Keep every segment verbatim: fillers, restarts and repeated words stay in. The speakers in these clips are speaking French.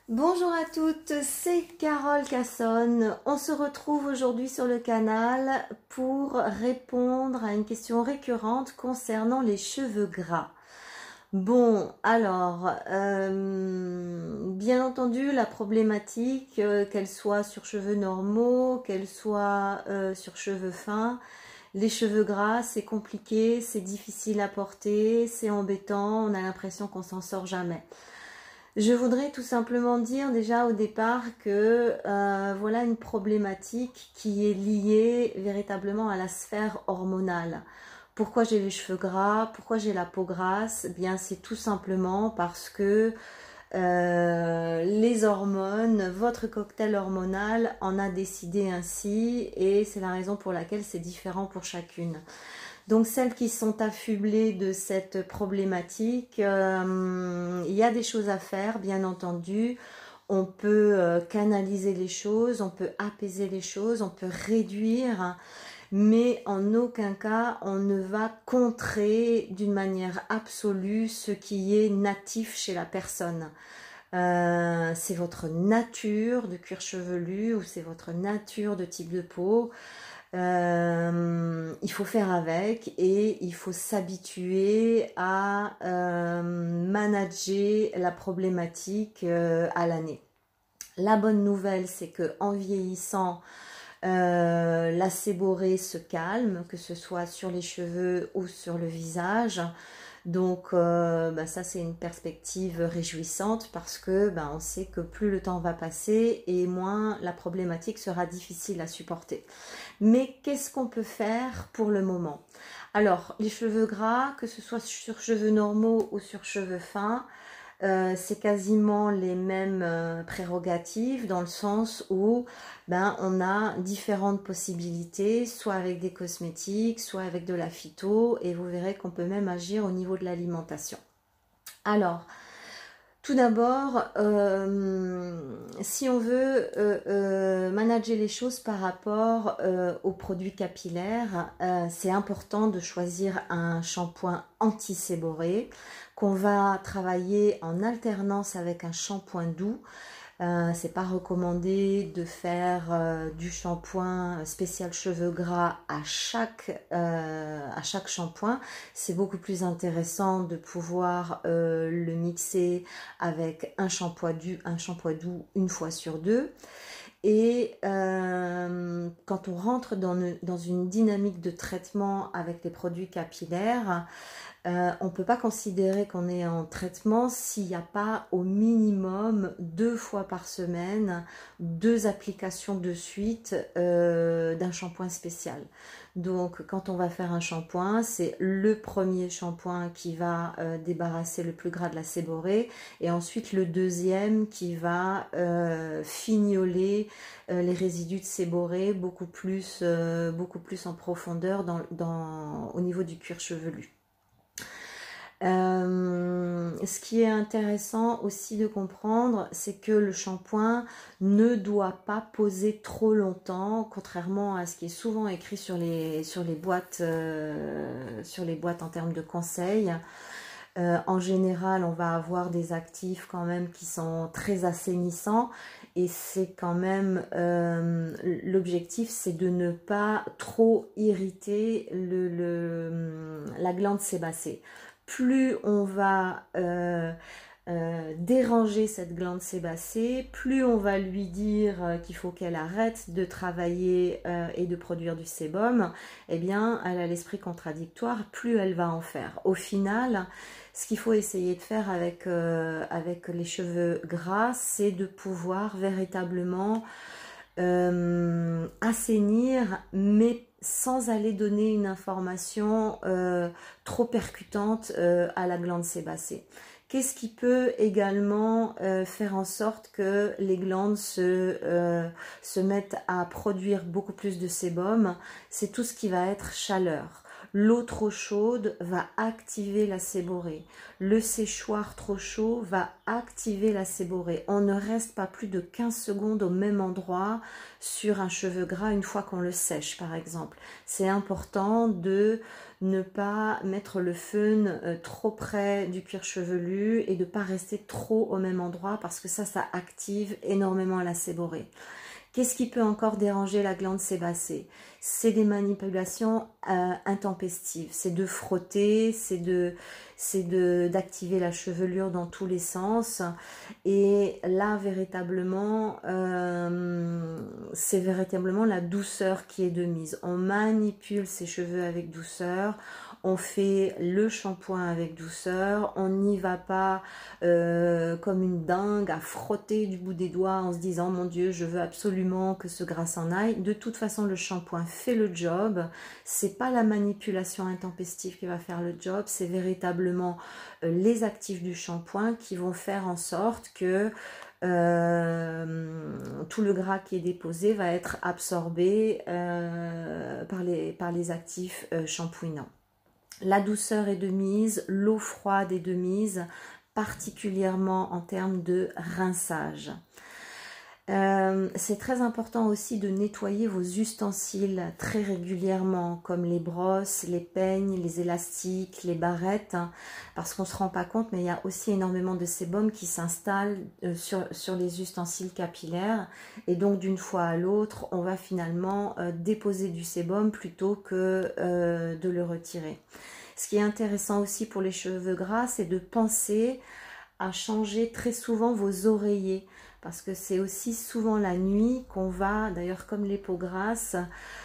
Bonjour à toutes, c'est Carole Cassonne. On se retrouve aujourd'hui sur le canal pour répondre à une question récurrente concernant les cheveux gras. Bon, alors, euh, bien entendu, la problématique, euh, qu'elle soit sur cheveux normaux, qu'elle soit euh, sur cheveux fins, les cheveux gras, c'est compliqué, c'est difficile à porter, c'est embêtant, on a l'impression qu'on s'en sort jamais. Je voudrais tout simplement dire déjà au départ que euh, voilà une problématique qui est liée véritablement à la sphère hormonale. Pourquoi j'ai les cheveux gras? Pourquoi j'ai la peau grasse? Eh bien, c'est tout simplement parce que euh, les hormones, votre cocktail hormonal en a décidé ainsi et c'est la raison pour laquelle c'est différent pour chacune. Donc celles qui sont affublées de cette problématique, euh, il y a des choses à faire, bien entendu. On peut euh, canaliser les choses, on peut apaiser les choses, on peut réduire, mais en aucun cas on ne va contrer d'une manière absolue ce qui est natif chez la personne. Euh, c'est votre nature de cuir chevelu ou c'est votre nature de type de peau. Euh, il faut faire avec et il faut s'habituer à euh, manager la problématique euh, à l'année. La bonne nouvelle, c'est que en vieillissant, euh, la séborrhée se calme, que ce soit sur les cheveux ou sur le visage. Donc euh, bah ça c'est une perspective réjouissante parce que bah, on sait que plus le temps va passer et moins la problématique sera difficile à supporter. Mais qu'est-ce qu'on peut faire pour le moment? Alors les cheveux gras, que ce soit sur cheveux normaux ou sur cheveux fins, Euh, c'est quasiment les mêmes euh, prérogatives dans le sens où ben, on a différentes possibilités, soit avec des cosmétiques, soit avec de la phyto, et vous verrez qu'on peut même agir au niveau de l'alimentation. Alors, tout d'abord, euh, si on veut euh, euh, manager les choses par rapport euh, aux produits capillaires, euh, c'est important de choisir un shampoing anti-séborrhée qu'on va travailler en alternance avec un shampoing doux. Euh, c'est pas recommandé de faire euh, du shampoing spécial cheveux gras à chaque, euh, à chaque shampoing. C'est beaucoup plus intéressant de pouvoir euh, le mixer avec un shampoing doux, un shampoing doux une fois sur deux. Et euh, quand on rentre dans, ne, dans une dynamique de traitement avec les produits capillaires, Euh, on ne peut pas considérer qu'on est en traitement s'il n'y a pas au minimum deux fois par semaine, deux applications de suite euh, d'un shampoing spécial. Donc quand on va faire un shampoing, c'est le premier shampoing qui va euh, débarrasser le plus gras de la séborrhée et ensuite le deuxième qui va euh, fignoler euh, les résidus de séborrhée beaucoup plus, euh, beaucoup plus en profondeur dans, dans, au niveau du cuir chevelu. Euh, ce qui est intéressant aussi de comprendre, c'est que le shampoing ne doit pas poser trop longtemps, contrairement à ce qui est souvent écrit sur les, sur les boîtes, euh, sur les boîtes en termes de conseils. Euh, en général, on va avoir des actifs quand même qui sont très assainissants et c'est quand même euh, l'objectif, c'est de ne pas trop irriter le, le, la glande sébacée. Plus on va euh, euh, déranger cette glande sébacée, plus on va lui dire euh, qu'il faut qu'elle arrête de travailler euh, et de produire du sébum, eh bien, elle a l'esprit contradictoire, plus elle va en faire. Au final, ce qu'il faut essayer de faire avec, euh, avec les cheveux gras, c'est de pouvoir véritablement euh, assainir, mais sans aller donner une information euh, trop percutante euh, à la glande sébacée. Qu'est-ce qui peut également euh, faire en sorte que les glandes se, euh, se mettent à produire beaucoup plus de sébum? C'est tout ce qui va être chaleur. L'eau trop chaude va activer la séborrhée. Le séchoir trop chaud va activer la séborrhée. On ne reste pas plus de quinze secondes au même endroit sur un cheveu gras une fois qu'on le sèche, par exemple. C'est important de ne pas mettre le fun euh, trop près du cuir chevelu et de ne pas rester trop au même endroit parce que ça, ça active énormément la séborrhée. Qu'est-ce qui peut encore déranger la glande sébacée? C'est des manipulations euh, intempestives, c'est de frotter, c'est de, c'est de d'activer la chevelure dans tous les sens. Et là, véritablement, euh, c'est véritablement la douceur qui est de mise. On manipule ses cheveux avec douceur, on fait le shampoing avec douceur, on n'y va pas euh, comme une dingue à frotter du bout des doigts en se disant mon Dieu, je veux absolument que ce gras s'en aille. De toute façon, le shampoing fait le job. C'est pas la manipulation intempestive qui va faire le job, c'est véritablement euh, les actifs du shampoing qui vont faire en sorte que Euh, tout le gras qui est déposé va être absorbé euh, par, les, par les actifs euh, shampooinants. La douceur est de mise, l'eau froide est de mise, particulièrement en termes de rinçage. Euh, c'est très important aussi de nettoyer vos ustensiles très régulièrement, comme les brosses, les peignes, les élastiques, les barrettes, hein, parce qu'on ne se rend pas compte, mais il y a aussi énormément de sébum qui s'installe euh, sur, sur les ustensiles capillaires, et donc d'une fois à l'autre, on va finalement euh, déposer du sébum plutôt que euh, de le retirer. Ce qui est intéressant aussi pour les cheveux gras, c'est de penser à changer très souvent vos oreillers, parce que c'est aussi souvent la nuit qu'on va, d'ailleurs comme les peaux grasses,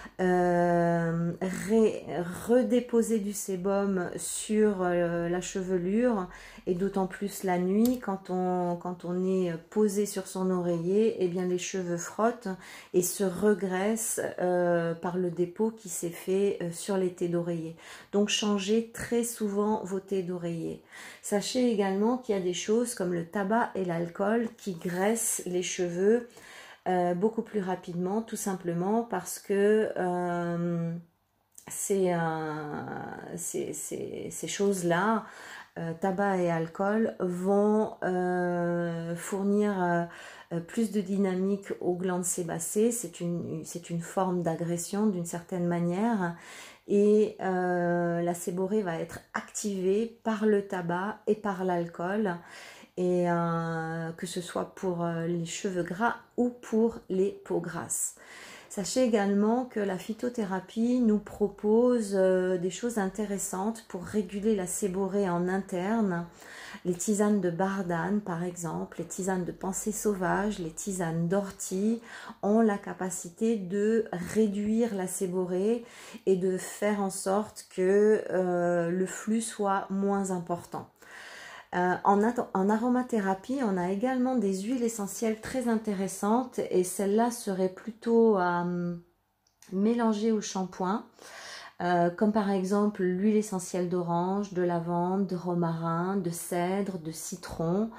euh, ré, redéposer du sébum sur euh, la chevelure, et d'autant plus la nuit, quand on, quand on est posé sur son oreiller, eh bien les cheveux frottent et se regraissent euh, par le dépôt qui s'est fait euh, sur les tés d'oreiller. Donc changez très souvent vos tés d'oreiller. Sachez également qu'il y a des choses comme le tabac et l'alcool qui graissent les cheveux euh, beaucoup plus rapidement, tout simplement parce que euh, ces, euh, ces, ces, ces choses-là, euh, tabac et alcool, vont euh, fournir euh, plus de dynamique aux glandes sébacées. C'est une, c'est une forme d'agression d'une certaine manière. Et euh, la séborrhée va être activée par le tabac et par l'alcool, et euh, que ce soit pour euh, les cheveux gras ou pour les peaux grasses. Sachez également que la phytothérapie nous propose euh, des choses intéressantes pour réguler la séborrhée en interne. Les tisanes de bardane, par exemple, les tisanes de pensée sauvage, les tisanes d'ortie ont la capacité de réduire la séborrhée et de faire en sorte que euh, le flux soit moins important. Euh, en, en aromathérapie, on a également des huiles essentielles très intéressantes, et celles-là seraient plutôt à euh, mélanger au shampoing. Euh, comme par exemple l'huile essentielle d'orange, de lavande, de romarin, de cèdre, de citron.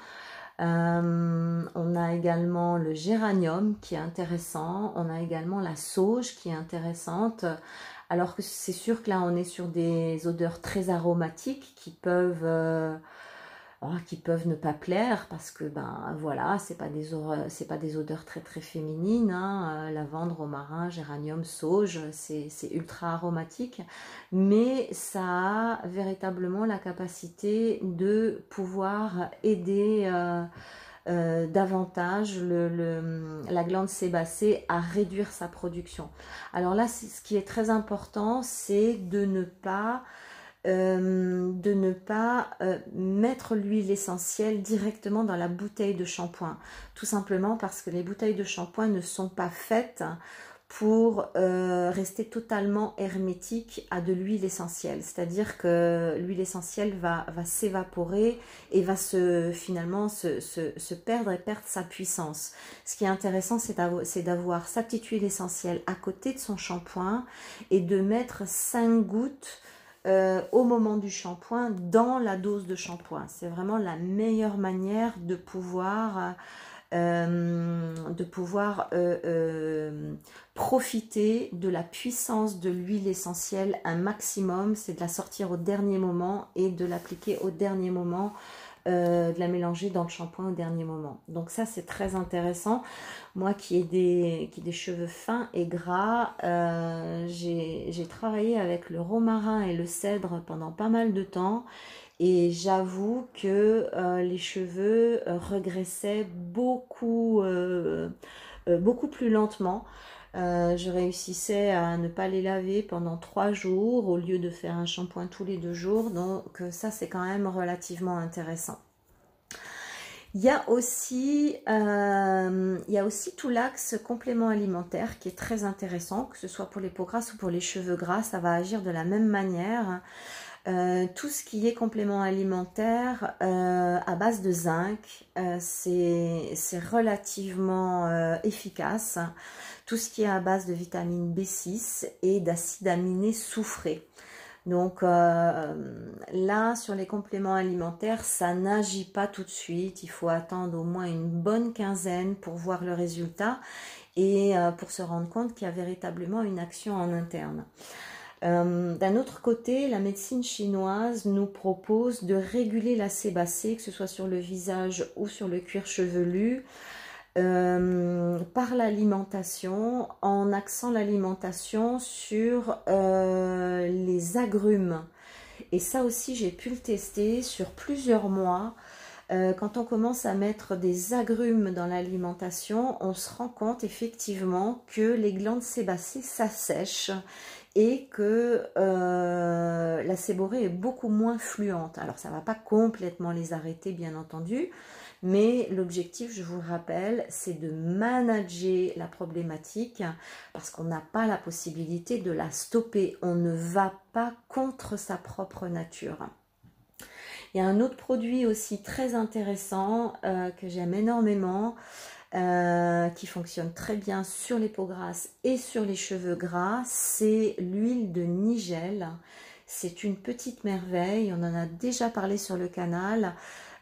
Euh, on a également le géranium qui est intéressant. On a également la sauge qui est intéressante. Alors que c'est sûr que là on est sur des odeurs très aromatiques qui peuvent... Euh, Oh, qui peuvent ne pas plaire parce que ben voilà, c'est pas des c'est pas des odeurs très très féminines, hein. euh, lavande, romarin, géranium, sauge, c'est ultra aromatique, mais ça a véritablement la capacité de pouvoir aider euh, euh, davantage le, le, la glande sébacée à réduire sa production. Alors là, ce qui est très important, c'est de ne pas Euh, de ne pas euh, mettre l'huile essentielle directement dans la bouteille de shampoing, tout simplement parce que les bouteilles de shampoing ne sont pas faites pour euh, rester totalement hermétiques à de l'huile essentielle, c'est-à-dire que l'huile essentielle va, va s'évaporer et va se, finalement se, se, se perdre et perdre sa puissance. Ce qui est intéressant, c'est d'avoir sa petite huile essentielle à côté de son shampoing et de mettre cinq gouttes Euh, au moment du shampoing dans la dose de shampoing. C'est vraiment la meilleure manière de pouvoir euh, de pouvoir euh, euh, profiter de la puissance de l'huile essentielle un maximum, c'est de la sortir au dernier moment et de l'appliquer au dernier moment, euh, de la mélanger dans le shampoing au dernier moment. Donc ça c'est très intéressant. Moi qui ai des, qui ai des cheveux fins et gras, euh, j'ai travaillé avec le romarin et le cèdre pendant pas mal de temps. Et j'avoue que euh, les cheveux euh, regressaient beaucoup, euh, euh, beaucoup plus lentement. Euh, je réussissais à ne pas les laver pendant trois jours au lieu de faire un shampoing tous les deux jours. Donc ça, c'est quand même relativement intéressant. Il y a aussi, euh, il y a aussi tout l'axe complément alimentaire qui est très intéressant, que ce soit pour les peaux grasses ou pour les cheveux gras, ça va agir de la même manière. Euh, tout ce qui est complément alimentaire euh, à base de zinc, euh, c'est relativement euh, efficace. Tout ce qui est à base de vitamine B six et d'acides aminés soufrés. Donc euh, là, sur les compléments alimentaires, ça n'agit pas tout de suite. Il faut attendre au moins une bonne quinzaine pour voir le résultat et euh, pour se rendre compte qu'il y a véritablement une action en interne. Euh, D'un autre côté, la médecine chinoise nous propose de réguler la sébacée, que ce soit sur le visage ou sur le cuir chevelu, euh, par l'alimentation, en axant l'alimentation sur euh, les agrumes. Et ça aussi, j'ai pu le tester sur plusieurs mois. Euh, quand on commence à mettre des agrumes dans l'alimentation, on se rend compte effectivement que les glandes sébacées s'assèchent et que euh, la séborrhée est beaucoup moins fluente. Alors ça ne va pas complètement les arrêter bien entendu, mais l'objectif, je vous le rappelle, c'est de manager la problématique parce qu'on n'a pas la possibilité de la stopper. On ne va pas contre sa propre nature. Il y a un autre produit aussi très intéressant euh, que j'aime énormément, Euh, qui fonctionne très bien sur les peaux grasses et sur les cheveux gras, c'est l'huile de nigel. C'est une petite merveille, on en a déjà parlé sur le canal.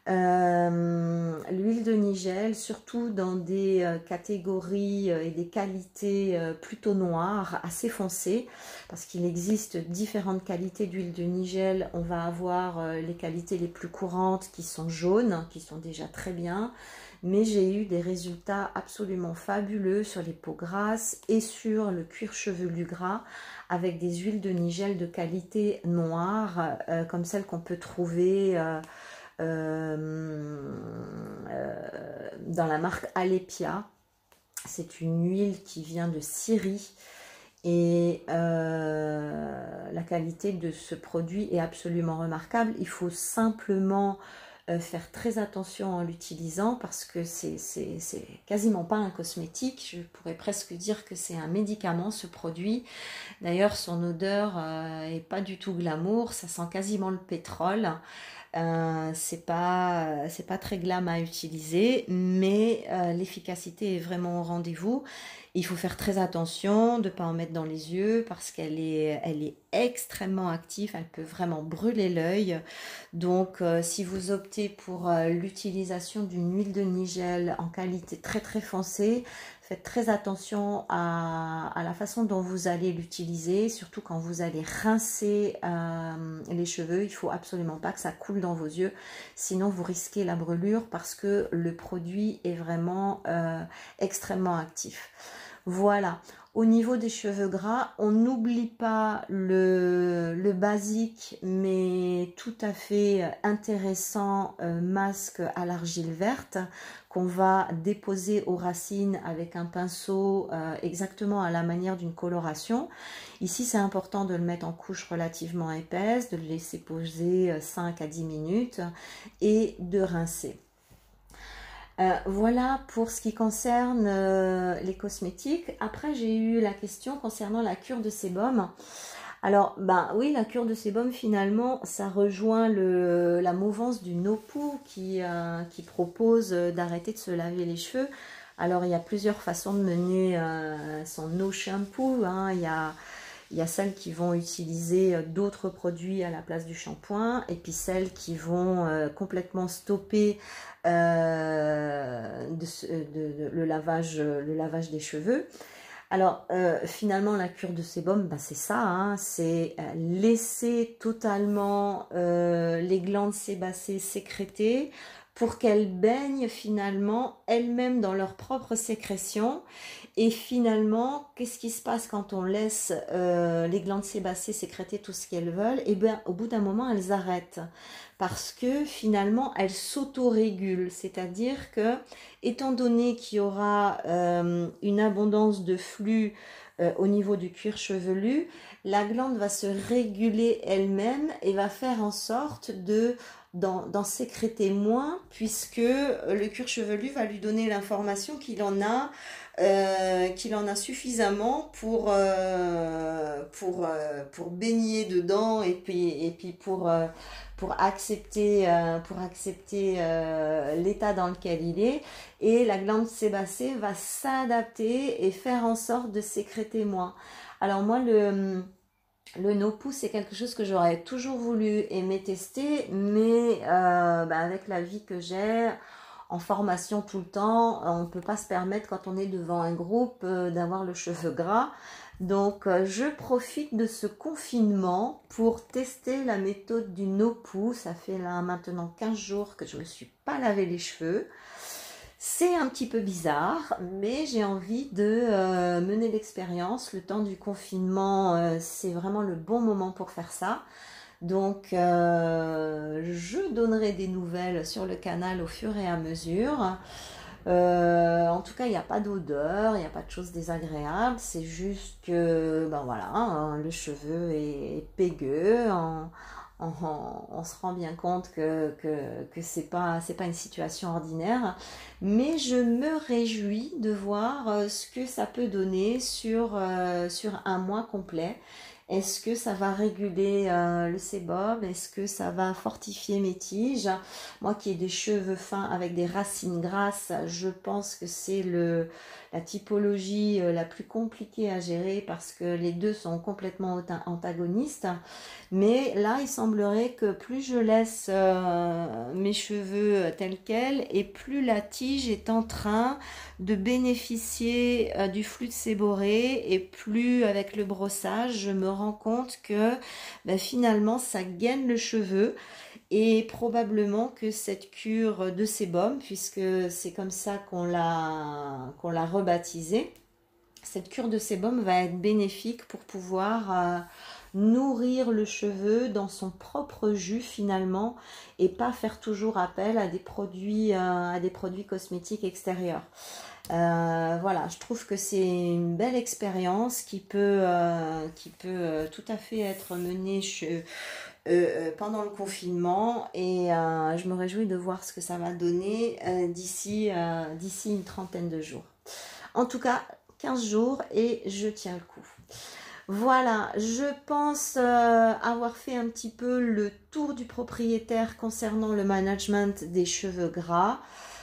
Euh, l'huile de nigel, surtout dans des euh, catégories euh, et des qualités euh, plutôt noires, assez foncées, parce qu'il existe différentes qualités d'huile de nigel. On va avoir euh, les qualités les plus courantes qui sont jaunes, qui sont déjà très bien, mais j'ai eu des résultats absolument fabuleux sur les peaux grasses et sur le cuir chevelu gras avec des huiles de nigel de qualité noire, euh, comme celles qu'on peut trouver euh, euh, euh, dans la marque Alepia. C'est une huile qui vient de Syrie et euh, la qualité de ce produit est absolument remarquable. Il faut simplement faire très attention en l'utilisant parce que c'est quasiment pas un cosmétique, je pourrais presque dire que c'est un médicament ce produit. D'ailleurs son odeur euh, est pas du tout glamour, ça sent quasiment le pétrole. Euh, c'est pas c'est pas très glam à utiliser, mais euh, l'efficacité est vraiment au rendez-vous. Il faut faire très attention de ne pas en mettre dans les yeux parce qu'elle est, elle est extrêmement active, elle peut vraiment brûler l'œil. Donc euh, si vous optez pour euh, l'utilisation d'une huile de nigel en qualité très très foncée, faites très attention à, à la façon dont vous allez l'utiliser, surtout quand vous allez rincer euh, les cheveux. Il ne faut absolument pas que ça coule dans vos yeux, sinon vous risquez la brûlure parce que le produit est vraiment euh, extrêmement actif. Voilà, au niveau des cheveux gras, on n'oublie pas le, le basique mais tout à fait intéressant euh, masque à l'argile verte qu'on va déposer aux racines avec un pinceau euh, exactement à la manière d'une coloration. Ici, c'est important de le mettre en couche relativement épaisse, de le laisser poser cinq à dix minutes et de rincer. Euh, voilà pour ce qui concerne euh, les cosmétiques. Après, j'ai eu la question concernant la cure de sébum. Alors, ben oui, la cure de sébum, finalement, ça rejoint le, la mouvance du no-poo qui, euh, qui propose d'arrêter de se laver les cheveux. Alors, il y a plusieurs façons de mener euh, son no shampoo. Hein. Il y a... Il y a celles qui vont utiliser d'autres produits à la place du shampoing et puis celles qui vont euh, complètement stopper euh, de, de, de, le, lavage, le lavage des cheveux. Alors, euh, finalement, la cure de sébum, bah, c'est ça, hein, c'est laisser totalement euh, les glandes sébacées sécréter pour qu'elles baignent finalement elles-mêmes dans leur propre sécrétion. Et finalement, qu'est-ce qui se passe quand on laisse euh, les glandes sébacées sécréter tout ce qu'elles veulent? Et bien, au bout d'un moment, elles arrêtent. Parce que finalement, elles s'autorégulent. C'est-à-dire que, étant donné qu'il y aura euh, une abondance de flux euh, au niveau du cuir chevelu, la glande va se réguler elle-même et va faire en sorte de d'en sécréter moins, puisque le cuir chevelu va lui donner l'information qu'il en a Euh, qu'il en a suffisamment pour, euh, pour, euh, pour baigner dedans et puis, et puis pour, euh, pour accepter, euh, pour accepter euh, l'état dans lequel il est. Et la glande sébacée va s'adapter et faire en sorte de sécréter moins. Alors moi, le... Le no-poo, c'est quelque chose que j'aurais toujours voulu aimer tester, mais euh, bah avec la vie que j'ai, en formation tout le temps, on ne peut pas se permettre quand on est devant un groupe euh, d'avoir le cheveu gras. Donc euh, je profite de ce confinement pour tester la méthode du no-poo. Ça fait là maintenant quinze jours que je ne me suis pas lavé les cheveux. C'est un petit peu bizarre, mais j'ai envie de euh, mener l'expérience. Le temps du confinement, euh, c'est vraiment le bon moment pour faire ça. Donc, euh, je donnerai des nouvelles sur le canal au fur et à mesure. Euh, en tout cas, il n'y a pas d'odeur, il n'y a pas de choses désagréables. C'est juste que, ben voilà, hein, le cheveu est pégueux. On, on, on se rend bien compte que, que, que ce n'est pas, c'est pas une situation ordinaire. Mais je me réjouis de voir ce que ça peut donner sur, euh, sur un mois complet. Est-ce que ça va réguler euh, le sébum? Est-ce que ça va fortifier mes tiges? Moi qui ai des cheveux fins avec des racines grasses, je pense que c'est le la typologie euh, la plus compliquée à gérer parce que les deux sont complètement antagonistes. Mais là, il semblerait que plus je laisse euh, mes cheveux tels quels et plus la tige est en train de bénéficier euh, du flux de séborrhée et plus avec le brossage, je me rends compte que ben, finalement ça gaine le cheveu et probablement que cette cure de sébum, puisque c'est comme ça qu'on l'a qu'on l'a rebaptisée, cette cure de sébum va être bénéfique pour pouvoir euh, nourrir le cheveu dans son propre jus finalement et pas faire toujours appel à des produits, euh, à des produits cosmétiques extérieurs. Euh, voilà, je trouve que c'est une belle expérience qui peut, euh, qui peut euh, tout à fait être menée chez, euh, pendant le confinement et euh, je me réjouis de voir ce que ça va donner euh, d'ici euh, d'ici une trentaine de jours. En tout cas, quinze jours et je tiens le coup. Voilà, je pense euh, avoir fait un petit peu le tour du propriétaire concernant le management des cheveux gras.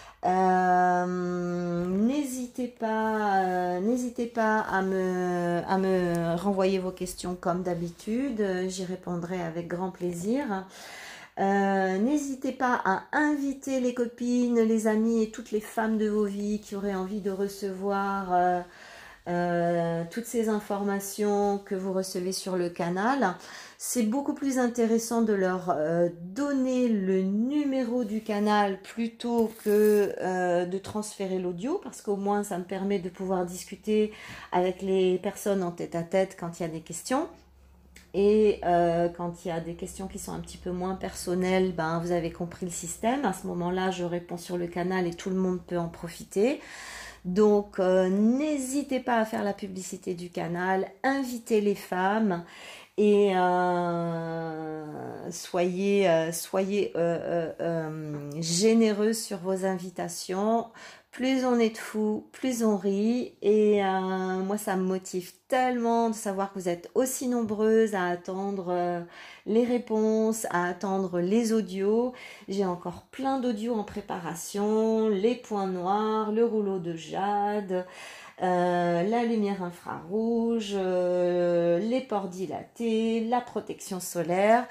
Euh, n'hésitez pas, euh, n'hésitez pas à me, à me renvoyer vos questions comme d'habitude, j'y répondrai avec grand plaisir. Euh, n'hésitez pas à inviter les copines, les amis et toutes les femmes de vos vies qui auraient envie de recevoir euh, euh, toutes ces informations que vous recevez sur le canal. C'est beaucoup plus intéressant de leur euh, donner le numéro du canal plutôt que euh, de transférer l'audio parce qu'au moins ça me permet de pouvoir discuter avec les personnes en tête à tête quand il y a des questions. Et euh, quand il y a des questions qui sont un petit peu moins personnelles, ben, vous avez compris le système. À ce moment-là, je réponds sur le canal et tout le monde peut en profiter. Donc, euh, n'hésitez pas à faire la publicité du canal, invitez les femmes et euh, soyez, euh, soyez euh, euh, euh, généreux sur vos invitations. Plus on est de fous, plus on rit et euh, moi ça me motive tellement de savoir que vous êtes aussi nombreuses à attendre euh, les réponses, à attendre les audios. J'ai encore plein d'audios en préparation, les points noirs, le rouleau de jade, euh, la lumière infrarouge, euh, les pores dilatés, la protection solaire.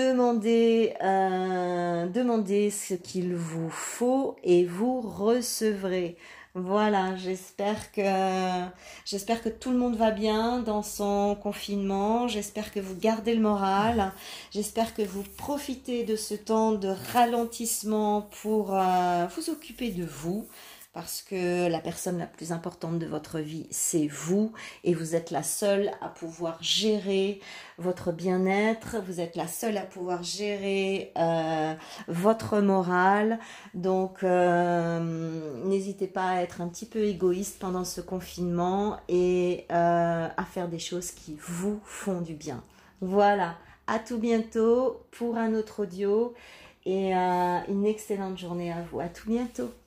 Demandez, euh, demandez ce qu'il vous faut et vous recevrez. vrai. Voilà, j'espère que j'espère que tout le monde va bien dans son confinement. J'espère que vous gardez le moral. J'espère que vous profitez de ce temps de ralentissement pour euh, vous occuper de vous. Parce que la personne la plus importante de votre vie, c'est vous. Et vous êtes la seule à pouvoir gérer votre bien-être. Vous êtes la seule à pouvoir gérer euh, votre morale. Donc, euh, n'hésitez pas à être un petit peu égoïste pendant ce confinement et euh, à faire des choses qui vous font du bien. Voilà, à tout bientôt pour un autre audio et euh, une excellente journée à vous. À tout bientôt.